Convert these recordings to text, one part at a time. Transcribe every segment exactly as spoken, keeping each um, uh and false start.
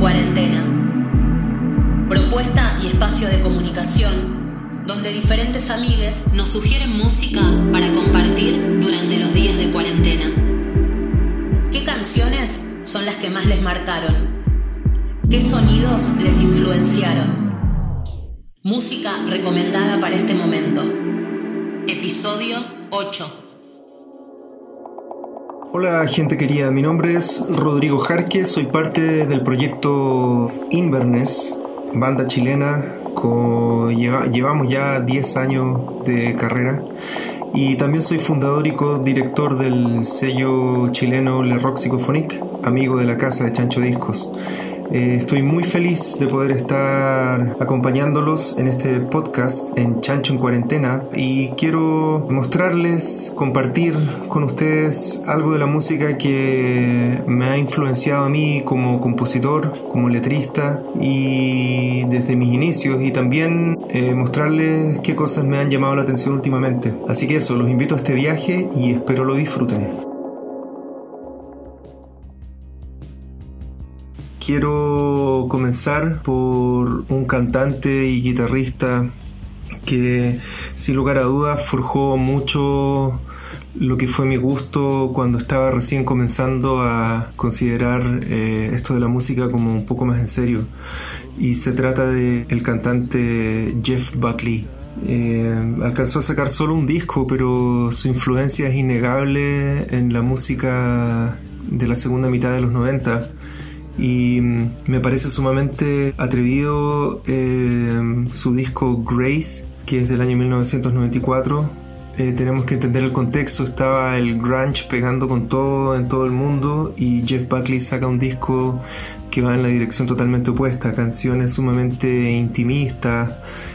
Cuarentena. Propuesta y espacio de comunicación donde diferentes amigues nos sugieren música para compartir durante los días de cuarentena. ¿Qué canciones son las que más les marcaron? ¿Qué sonidos les influenciaron? Música recomendada para este momento. Episodio ocho. Hola gente querida, mi nombre es Rodrigo Jarque, soy parte del proyecto Inverness, banda chilena, con, lleva, llevamos ya diez años de carrera y también soy fundador y co-director del sello chileno Le Rock Symphonique, amigo de la casa de Chancho Discos. Eh, estoy muy feliz de poder estar acompañándolos en este podcast en Chancho en Cuarentena y quiero mostrarles, compartir con ustedes algo de la música que me ha influenciado a mí como compositor, como letrista y desde mis inicios, y también eh, mostrarles qué cosas me han llamado la atención últimamente. Así que eso, los invito a este viaje y espero lo disfruten. Quiero comenzar por un cantante y guitarrista que sin lugar a dudas forjó mucho lo que fue mi gusto cuando estaba recién comenzando a considerar eh, esto de la música como un poco más en serio, y se trata del cantante Jeff Buckley. Eh, alcanzó a sacar solo un disco, pero su influencia es innegable en la música de la segunda mitad de los noventa. Y me parece sumamente atrevido eh, su disco Grace, que es del año mil novecientos noventa y cuatro. Eh, tenemos que entender el contexto. Estaba el grunge pegando con todo en todo el mundo y Jeff Buckley saca un disco que va en la dirección totalmente opuesta. Canciones sumamente intimistas,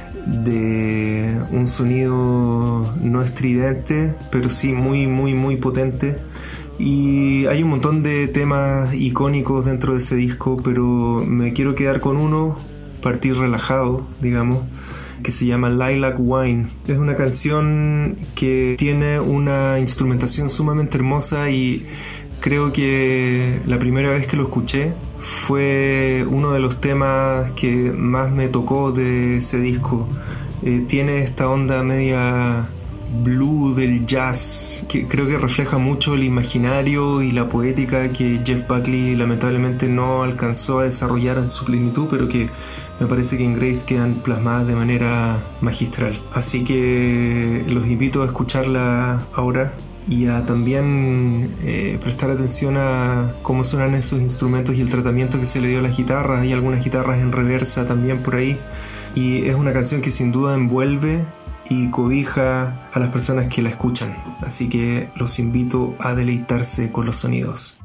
de un sonido no estridente, pero sí muy muy muy potente. Y hay un montón de temas icónicos dentro de ese disco, pero me quiero quedar con uno, partir relajado, digamos, que se llama Lilac Wine. Es una canción que tiene una instrumentación sumamente hermosa y creo que la primera vez que lo escuché fue uno de los temas que más me tocó de ese disco. Eh, tiene esta onda media blue del jazz que creo que refleja mucho el imaginario y la poética que Jeff Buckley lamentablemente no alcanzó a desarrollar en su plenitud, pero que me parece que en Grace quedan plasmadas de manera magistral. Así que los invito a escucharla ahora y a también eh, prestar atención a cómo suenan esos instrumentos y el tratamiento que se le dio a las guitarras. Hay algunas guitarras en reversa también por ahí, y es una canción que sin duda envuelve y cobija a las personas que la escuchan. Así que los invito a deleitarse con los sonidos.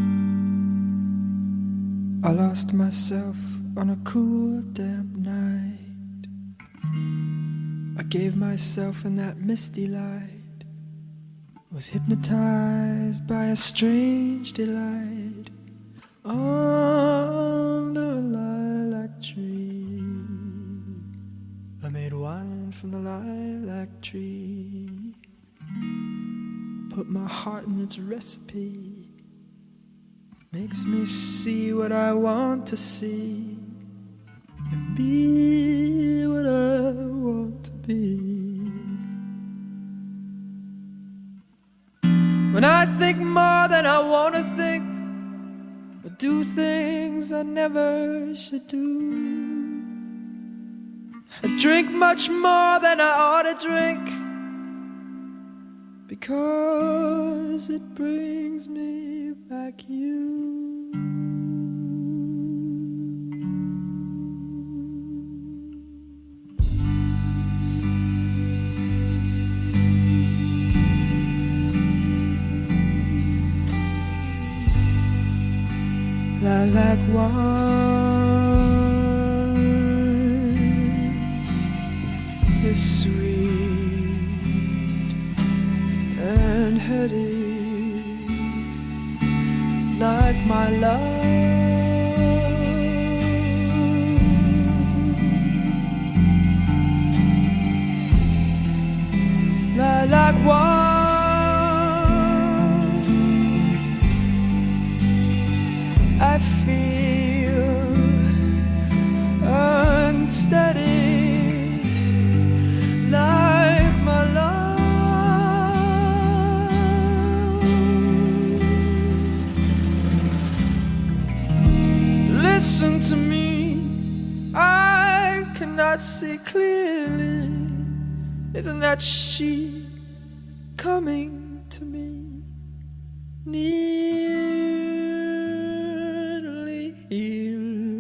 I lost myself on a cool damp night. I gave myself in that misty light. Was hypnotized by a strange delight under a lilac tree. I made wine from the lilac tree, put my heart in its recipe. Makes me see what I want to see and be what I want to be. When I think more than I want to think, I do things I never should do. I drink much more than I ought to drink, because it brings me back you. Lilac wine is sweet and heady, like my love. Lilac wine I feel listen to me, I cannot see clearly. Isn't that she coming to me? Nearly here.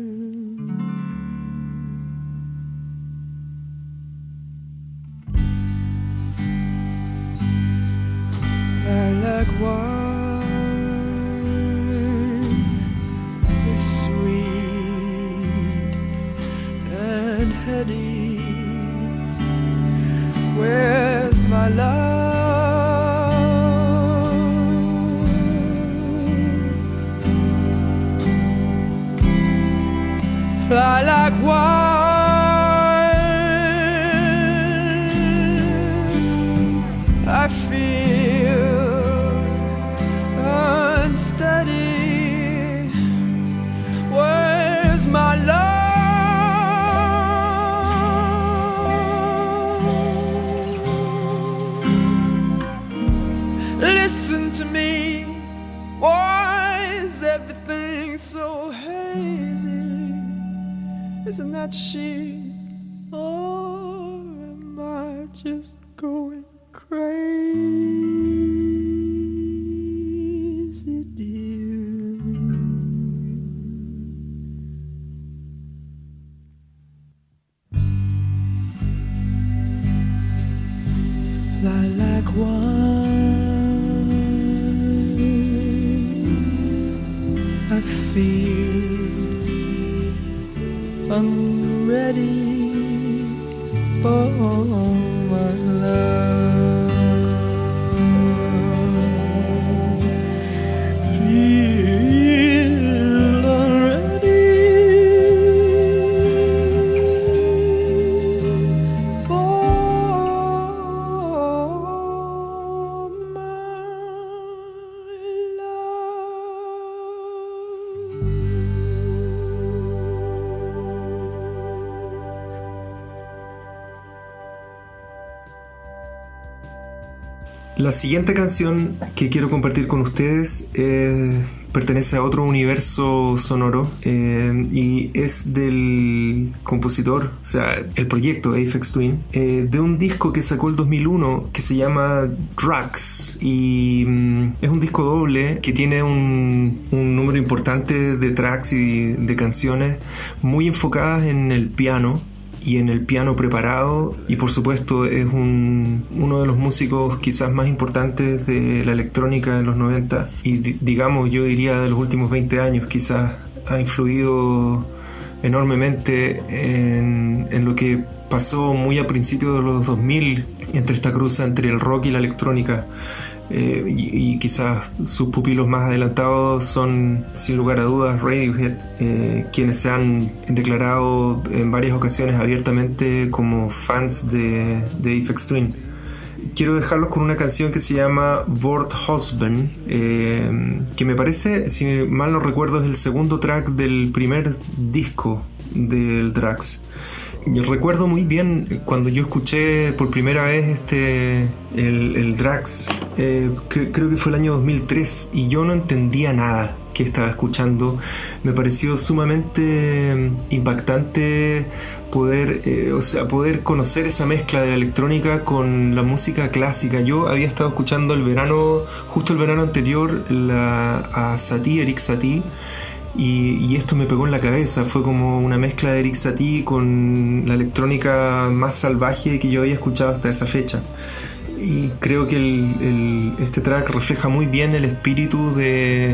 Lilac wine is sweet and heady. Where's my love? Lilac wine, I feel unsteady. Where's my love? Listen to me. Why is everything so hazy? Isn't that she? Or am I just going crazy, dear? Lilac wine, I feel I'm ready for my love. Feel already for my La siguiente canción que quiero compartir con ustedes eh, pertenece a otro universo sonoro eh, y es del compositor, o sea, el proyecto Aphex Twin, eh, de un disco que sacó el dos mil uno que se llama Drugs, y mm, es un disco doble que tiene un, un número importante de tracks y de canciones muy enfocadas en el piano y en el piano preparado, y por supuesto es un, uno de los músicos quizás más importantes de la electrónica en los noventa y digamos yo diría de los últimos veinte años. Quizás ha influido enormemente en, en lo que pasó muy a principios de los dos mil entre esta cruza entre el rock y la electrónica. Eh, y, y quizás sus pupilos más adelantados son sin lugar a dudas Radiohead, eh, quienes se han declarado en varias ocasiones abiertamente como fans de, de Aphex Twin. Quiero dejarlos con una canción que se llama Vort Husband, eh, que me parece, si mal no recuerdo, es el segundo track del primer disco del Drugs. Yo recuerdo muy bien cuando yo escuché por primera vez este el, el Drugs, eh, que, creo que fue el año dos mil tres, y yo no entendía nada que estaba escuchando. Me pareció sumamente impactante poder, eh, o sea, poder conocer esa mezcla de la electrónica con la música clásica. Yo había estado escuchando el verano, justo el verano anterior, la, a Satie, Erik Satie. Y, y esto me pegó en la cabeza. Fue como una mezcla de Erik Satie con la electrónica más salvaje que yo había escuchado hasta esa fecha. Y creo que el, el, este track refleja muy bien el espíritu de,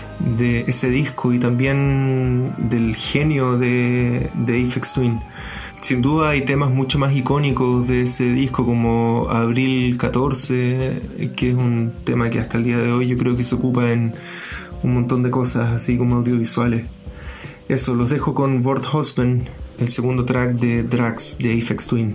de ese disco y también del genio de, de Aphex Twin. Sin duda hay temas mucho más icónicos de ese disco, como Abril catorce, que es un tema que hasta el día de hoy yo creo que se ocupa en un montón de cosas, así como audiovisuales. Eso, los dejo con Vort Husband, el segundo track de Drugs de Aphex Twin.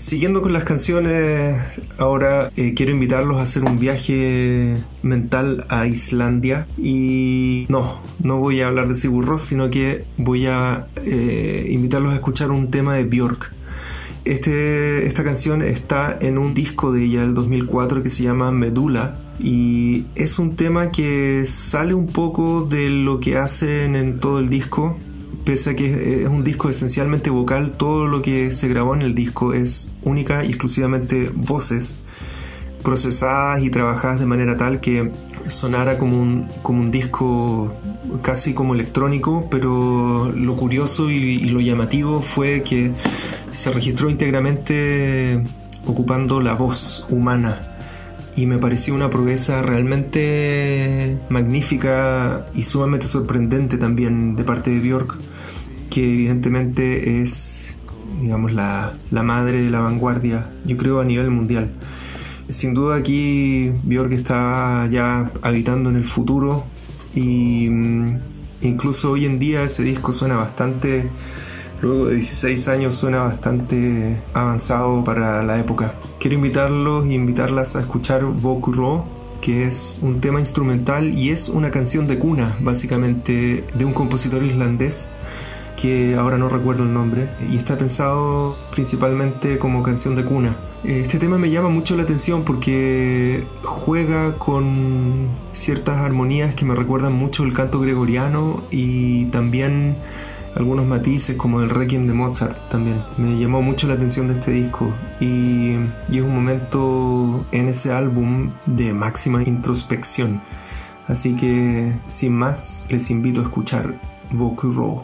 Siguiendo con las canciones, ahora eh, quiero invitarlos a hacer un viaje mental a Islandia. Y no, no voy a hablar de Sigur Rós, sino que voy a eh, invitarlos a escuchar un tema de Björk. Este, esta canción está en un disco de ella del dos mil cuatro que se llama Medula, y es un tema que sale un poco de lo que hacen en todo el disco. Pese a que es un disco esencialmente vocal, todo lo que se grabó en el disco es única y exclusivamente voces procesadas y trabajadas de manera tal que sonara como un, como un disco casi como electrónico. Pero lo curioso y, y lo llamativo fue que se registró íntegramente ocupando la voz humana, y me pareció una proeza realmente magnífica y sumamente sorprendente también de parte de Björk, que evidentemente es, digamos, la, la madre de la vanguardia, yo creo, a nivel mundial. Sin duda aquí Björk está ya habitando en el futuro, y mm, incluso hoy en día ese disco suena bastante, luego de dieciséis años, suena bastante avanzado para la época. Quiero invitarlos e invitarlas a escuchar Vokuro, que es un tema instrumental y es una canción de cuna, básicamente, de un compositor islandés que ahora no recuerdo el nombre, y está pensado principalmente como canción de cuna. Este tema me llama mucho la atención porque juega con ciertas armonías que me recuerdan mucho el canto gregoriano, y también algunos matices como el Requiem de Mozart. También me llamó mucho la atención de este disco, y, y es un momento en ese álbum de máxima introspección. Así que sin más, les invito a escuchar Vokuro.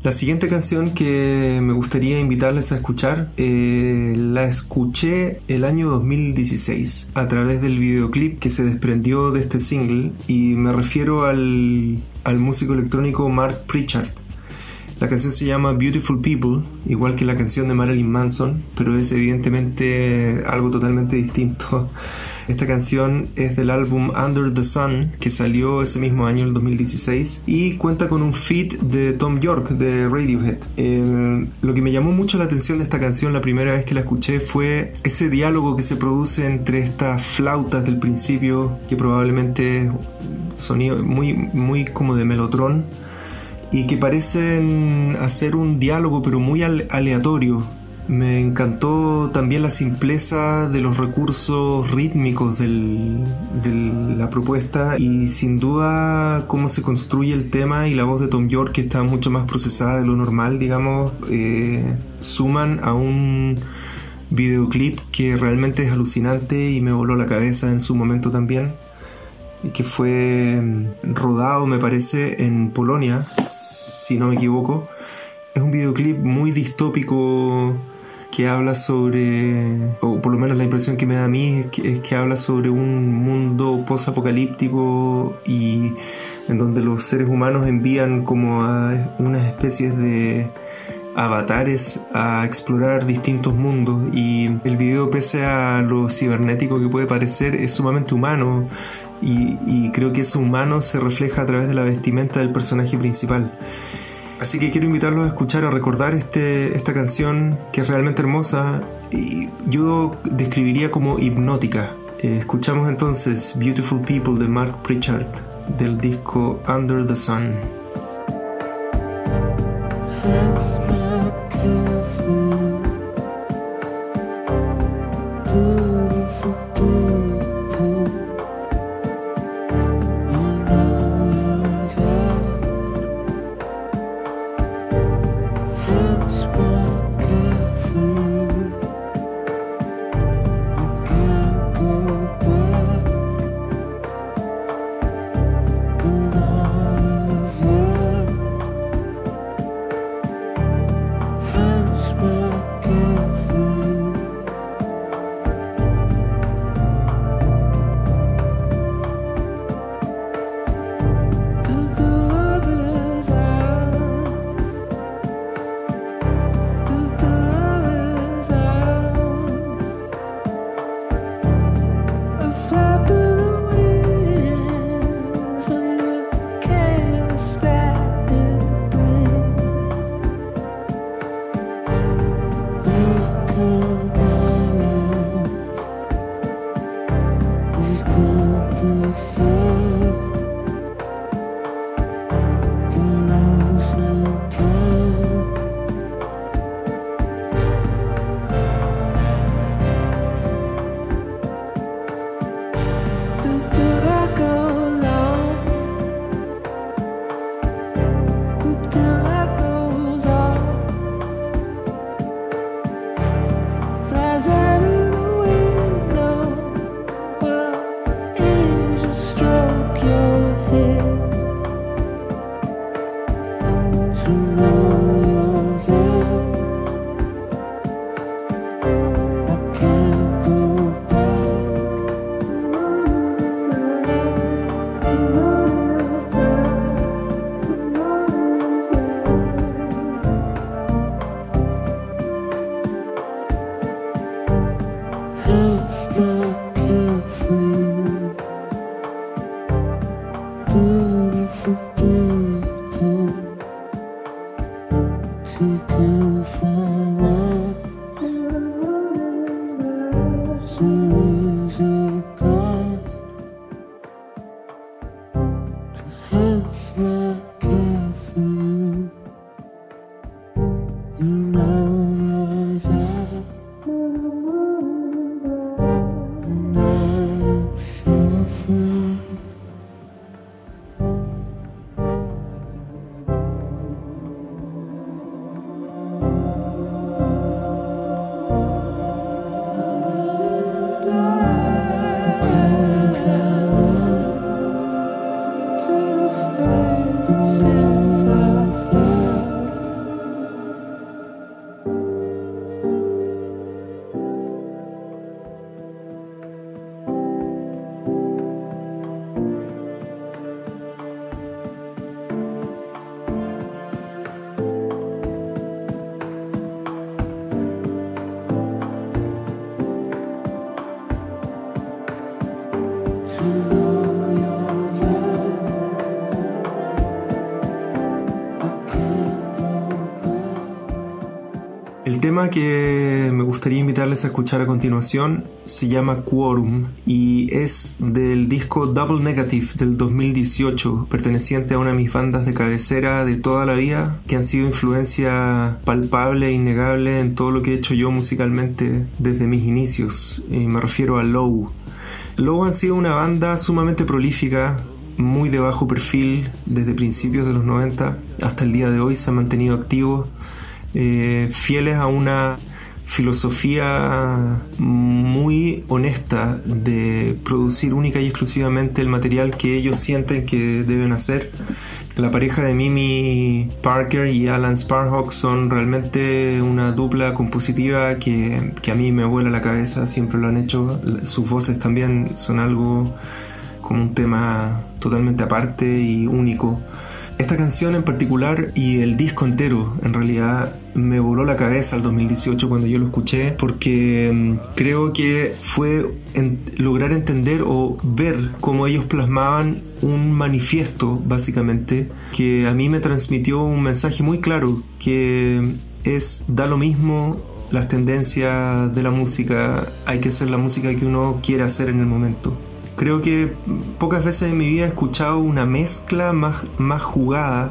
La siguiente canción que me gustaría invitarles a escuchar, eh, la escuché el año dos mil dieciséis a través del videoclip que se desprendió de este single, y me refiero al, al músico electrónico Mark Pritchard. La canción se llama Beautiful People, igual que la canción de Marilyn Manson, pero es evidentemente algo totalmente distinto. Esta canción es del álbum Under the Sun, que salió ese mismo año, el dos mil dieciséis, y cuenta con un feat de Thom Yorke de Radiohead. Eh, lo que me llamó mucho la atención de esta canción la primera vez que la escuché fue ese diálogo que se produce entre estas flautas del principio, que probablemente sonido muy, muy como de Mellotron, y que parecen hacer un diálogo pero muy aleatorio. Me encantó también la simpleza de los recursos rítmicos del, de la propuesta, y sin duda cómo se construye el tema y la voz de Thom Yorke, que está mucho más procesada de lo normal, digamos, eh, suman a un videoclip que realmente es alucinante y me voló la cabeza en su momento también, y que fue rodado, me parece, en Polonia, si no me equivoco. Es un videoclip muy distópico que habla sobre, o por lo menos la impresión que me da a mí es que, es que habla sobre un mundo post-apocalíptico, y en donde los seres humanos envían como a unas especies de avatares a explorar distintos mundos, y el video, pese a lo cibernético que puede parecer, es sumamente humano, y, y creo que ese humano se refleja a través de la vestimenta del personaje principal. Así que quiero invitarlos a escuchar, a recordar este, esta canción, que es realmente hermosa y yo describiría como hipnótica. Eh, escuchamos entonces Beautiful People de Mark Pritchard del disco Under the Sun. El tema que me gustaría invitarles a escuchar a continuación se llama Quorum y es del disco Double Negative del dos mil dieciocho, perteneciente a una de mis bandas de cabecera de toda la vida, que han sido influencia palpable e innegable en todo lo que he hecho yo musicalmente desde mis inicios, y me refiero a Low. Low han sido una banda sumamente prolífica, muy de bajo perfil, desde principios de los noventa hasta el día de hoy se han mantenido activos, eh, fieles a una filosofía muy honesta de producir única y exclusivamente el material que ellos sienten que deben hacer. La pareja de Mimi Parker y Alan Sparhawk son realmente una dupla compositiva que, que a mí me vuela la cabeza, siempre lo han hecho. Sus voces también son algo como un tema totalmente aparte y único. Esta canción en particular y el disco entero en realidad me voló la cabeza el dos mil dieciocho cuando yo lo escuché, porque creo que fue en lograr entender o ver cómo ellos plasmaban un manifiesto básicamente que a mí me transmitió un mensaje muy claro, que es: da lo mismo las tendencias de la música, hay que hacer la música que uno quiere hacer en el momento. Creo que pocas veces en mi vida he escuchado una mezcla más, más jugada,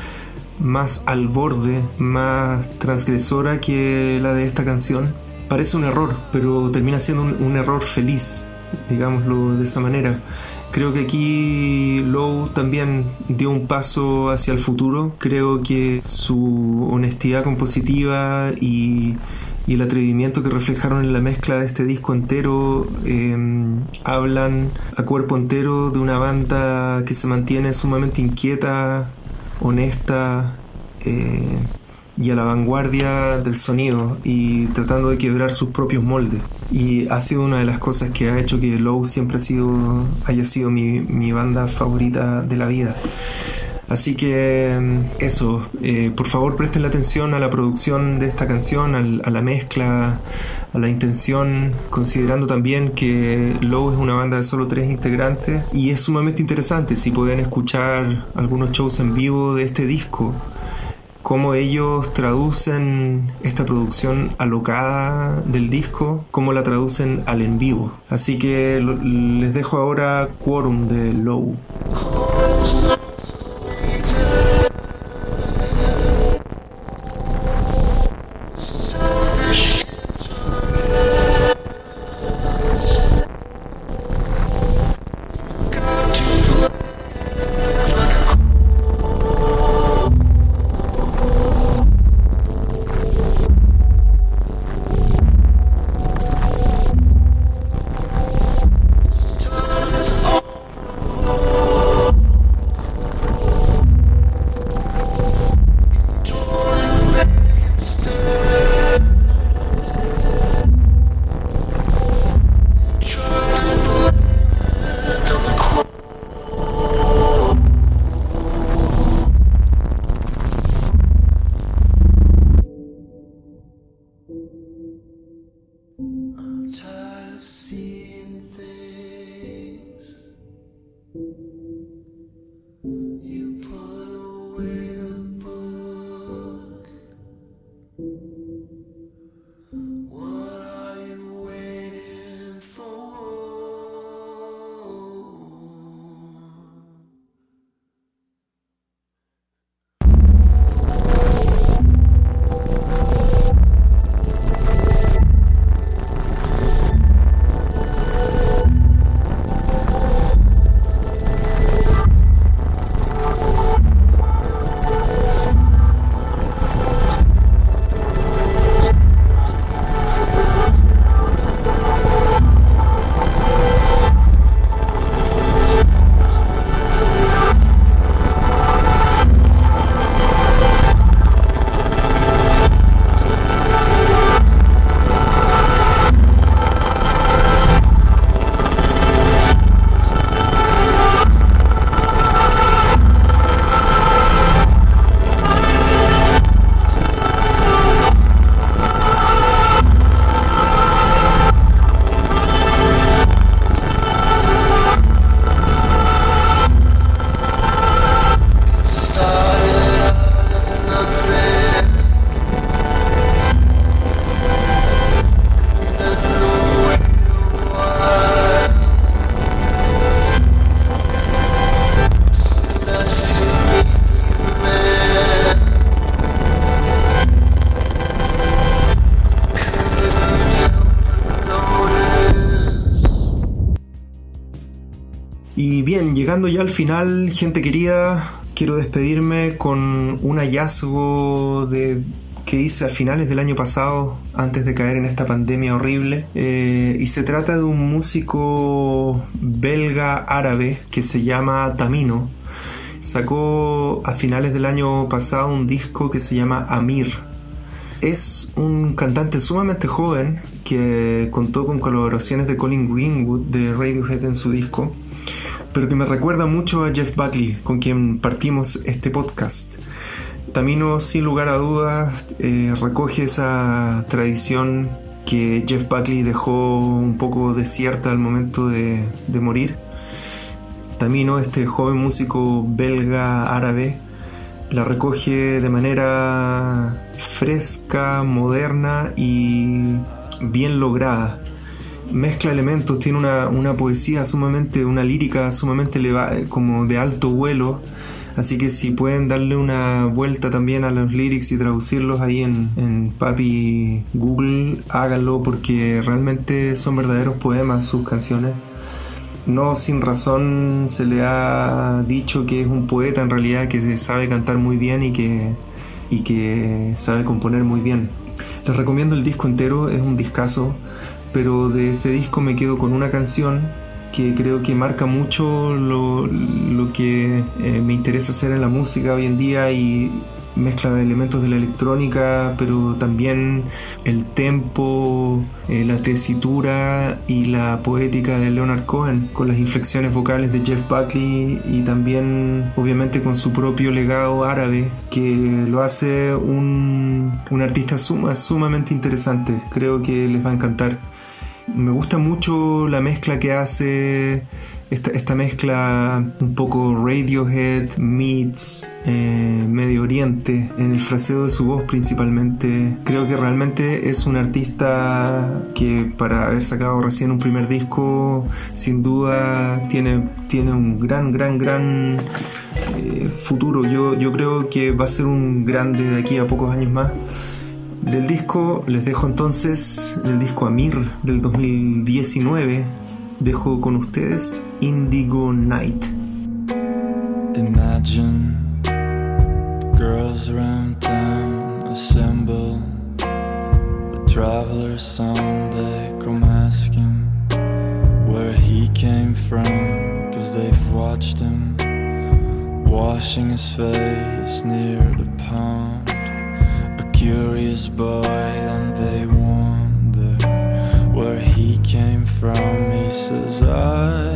más al borde, más transgresora que la de esta canción. Parece un error, pero termina siendo un, un error feliz, digámoslo de esa manera. Creo que aquí Low también dio un paso hacia el futuro. Creo que su honestidad compositiva y y el atrevimiento que reflejaron en la mezcla de este disco entero eh, hablan a cuerpo entero de una banda que se mantiene sumamente inquieta, honesta eh, y a la vanguardia del sonido y tratando de quebrar sus propios moldes. Y ha sido una de las cosas que ha hecho que Low siempre ha sido, haya sido mi, mi banda favorita de la vida. Así que eso, eh, por favor presten la atención a la producción de esta canción, al, a la mezcla, a la intención, considerando también que Low es una banda de solo tres integrantes y es sumamente interesante si pueden escuchar algunos shows en vivo de este disco, cómo ellos traducen esta producción alocada del disco, cómo la traducen al en vivo. Así que lo, les dejo ahora Quorum de Low. llegando ya al final, gente querida, quiero despedirme con un hallazgo de... que hice a finales del año pasado, antes de caer en esta pandemia horrible, eh, y se trata de un músico belga árabe que se llama Tamino. Sacó a finales del año pasado un disco que se llama Amir. Es un cantante sumamente joven que contó con colaboraciones de Colin Greenwood de Radiohead en su disco, pero que me recuerda mucho a Jeff Buckley, con quien partimos este podcast. Tamino, sin lugar a dudas, eh, recoge esa tradición que Jeff Buckley dejó un poco desierta al momento de, de morir. Tamino, este joven músico belga árabe, la recoge de manera fresca, moderna y bien lograda. Mezcla elementos, tiene una, una poesía sumamente, una lírica sumamente elevada, como de alto vuelo. Así que si pueden darle una vuelta también a los lyrics y traducirlos ahí en, en Papi Google, háganlo, porque realmente son verdaderos poemas sus canciones. No sin razón se le ha dicho que es un poeta en realidad, que sabe cantar muy bien y que, y que sabe componer muy bien. Les recomiendo el disco entero, es un discazo, pero de ese disco me quedo con una canción que creo que marca mucho lo, lo que eh, me interesa hacer en la música hoy en día, y mezcla elementos de la electrónica, pero también el tempo, eh, la tesitura y la poética de Leonard Cohen, con las inflexiones vocales de Jeff Buckley y también obviamente con su propio legado árabe, que lo hace un, un artista suma, sumamente interesante. Creo que les va a encantar. Me gusta mucho la mezcla que hace, esta, esta mezcla un poco Radiohead meets eh, Medio Oriente, en el fraseo de su voz principalmente. Creo que realmente es un artista que, para haber sacado recién un primer disco, sin duda tiene, tiene un gran, gran, gran eh, futuro. Yo, yo creo que va a ser un grande de aquí a pocos años más. Del disco les dejo entonces, del disco Amir del dos mil diecinueve, dejo con ustedes Indigo Night. Imagine the girls around town assemble, the traveler's song they come ask him where he came from, cause they've watched him washing his face near the pond. Curious boy, and they wonder where he came from. He says, I,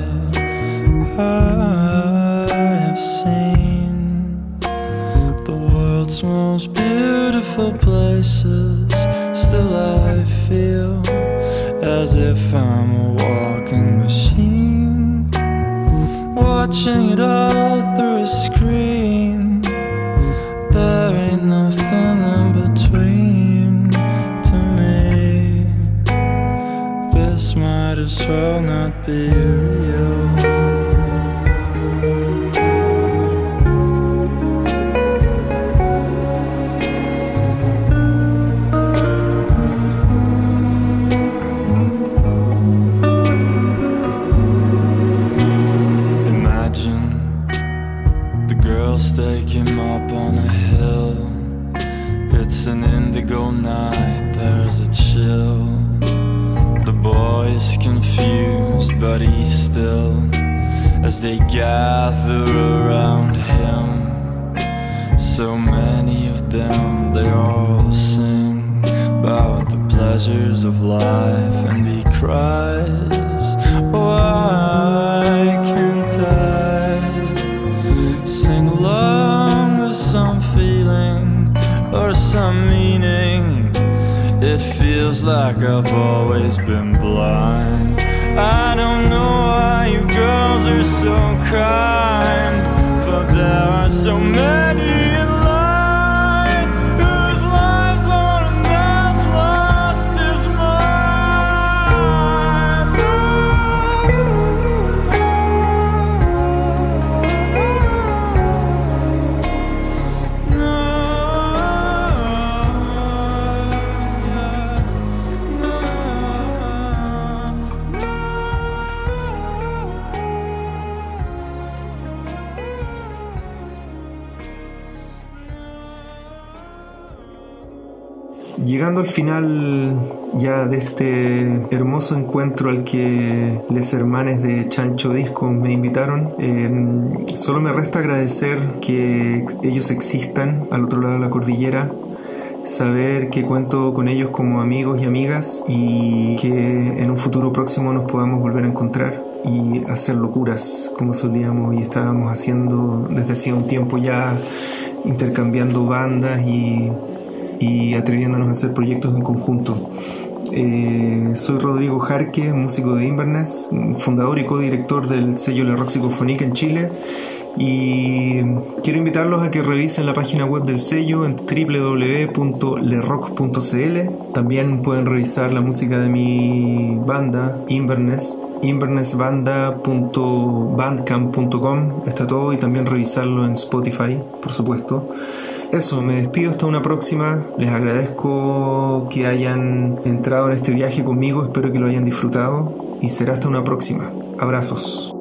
I have seen the world's most beautiful places. Still I feel as if I'm a walking machine, watching it all through a screen. There ain't nothing in between to me. This might as well not be real. Imagine the girls take him up on a hill. It's an indigo night, there's a chill. The boy is confused, but he's still, as they gather around him. So many of them, they all sing about the pleasures of life, and he cries, why can't I sing along with some feeling or some meaning? It feels like I've always been blind. I don't know why you girls are so kind, but there are so many in line whose lives are as lost as mine. llegando al final ya de este hermoso encuentro al que les hermanes de Chancho Disco me invitaron, eh, solo me resta agradecer que ellos existan al otro lado de la cordillera, saber que cuento con ellos como amigos y amigas y que en un futuro próximo nos podamos volver a encontrar y hacer locuras como solíamos y estábamos haciendo desde hacía un tiempo ya, intercambiando bandas y, y atreviéndonos a hacer proyectos en conjunto. Eh, soy Rodrigo Jarque, músico de Inverness, fundador y codirector del sello Le Rock Psicophonique en Chile, y quiero invitarlos a que revisen la página web del sello en doble u doble u doble u punto le rock punto c l. También pueden revisar la música de mi banda Inverness, inverness banda punto bandcamp punto com, está todo, y también revisarlo en Spotify, por supuesto. Eso, me despido hasta una próxima. Les agradezco que hayan entrado en este viaje conmigo, espero que lo hayan disfrutado y será hasta una próxima. Abrazos.